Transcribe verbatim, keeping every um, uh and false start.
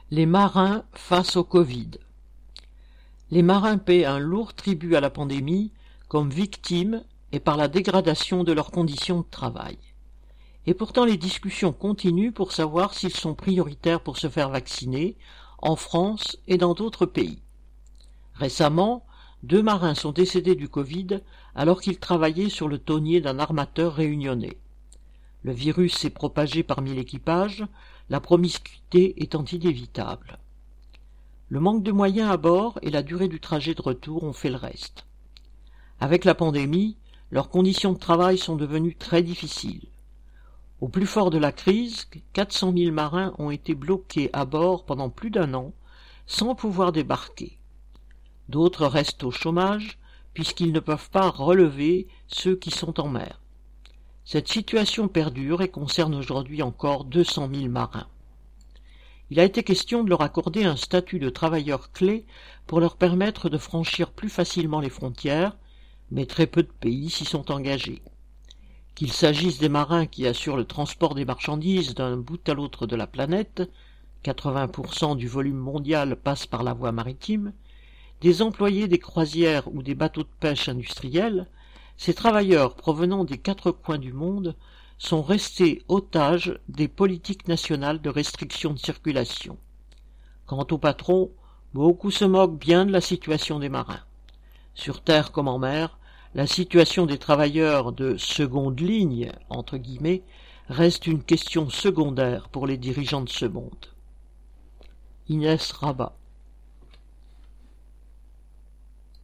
Les marins face au Covid. Les marins paient un lourd tribut à la pandémie comme victimes et par la dégradation de leurs conditions de travail. Et pourtant les discussions continuent pour savoir s'ils sont prioritaires pour se faire vacciner en France et dans d'autres pays. Récemment, deux marins sont décédés du Covid alors qu'ils travaillaient sur le tonnier d'un armateur réunionnais. Le virus s'est propagé parmi l'équipage, la promiscuité étant inévitable. Le manque de moyens à bord et la durée du trajet de retour ont fait le reste. Avec la pandémie, leurs conditions de travail sont devenues très difficiles. Au plus fort de la crise, quatre cent mille marins ont été bloqués à bord pendant plus d'un an, sans pouvoir débarquer. D'autres restent au chômage, puisqu'ils ne peuvent pas relever ceux qui sont en mer. Cette situation perdure et concerne aujourd'hui encore deux cent mille marins. Il a été question de leur accorder un statut de travailleurs clés pour leur permettre de franchir plus facilement les frontières, mais très peu de pays s'y sont engagés. Qu'il s'agisse des marins qui assurent le transport des marchandises d'un bout à l'autre de la planète, quatre-vingts pour cent du volume mondial passe par la voie maritime, des employés des croisières ou des bateaux de pêche industriels, ces travailleurs provenant des quatre coins du monde sont restés otages des politiques nationales de restriction de circulation. Quant aux patrons, beaucoup se moquent bien de la situation des marins. Sur terre comme en mer, la situation des travailleurs de seconde ligne, entre guillemets, reste une question secondaire pour les dirigeants de ce monde. Inès Rabat.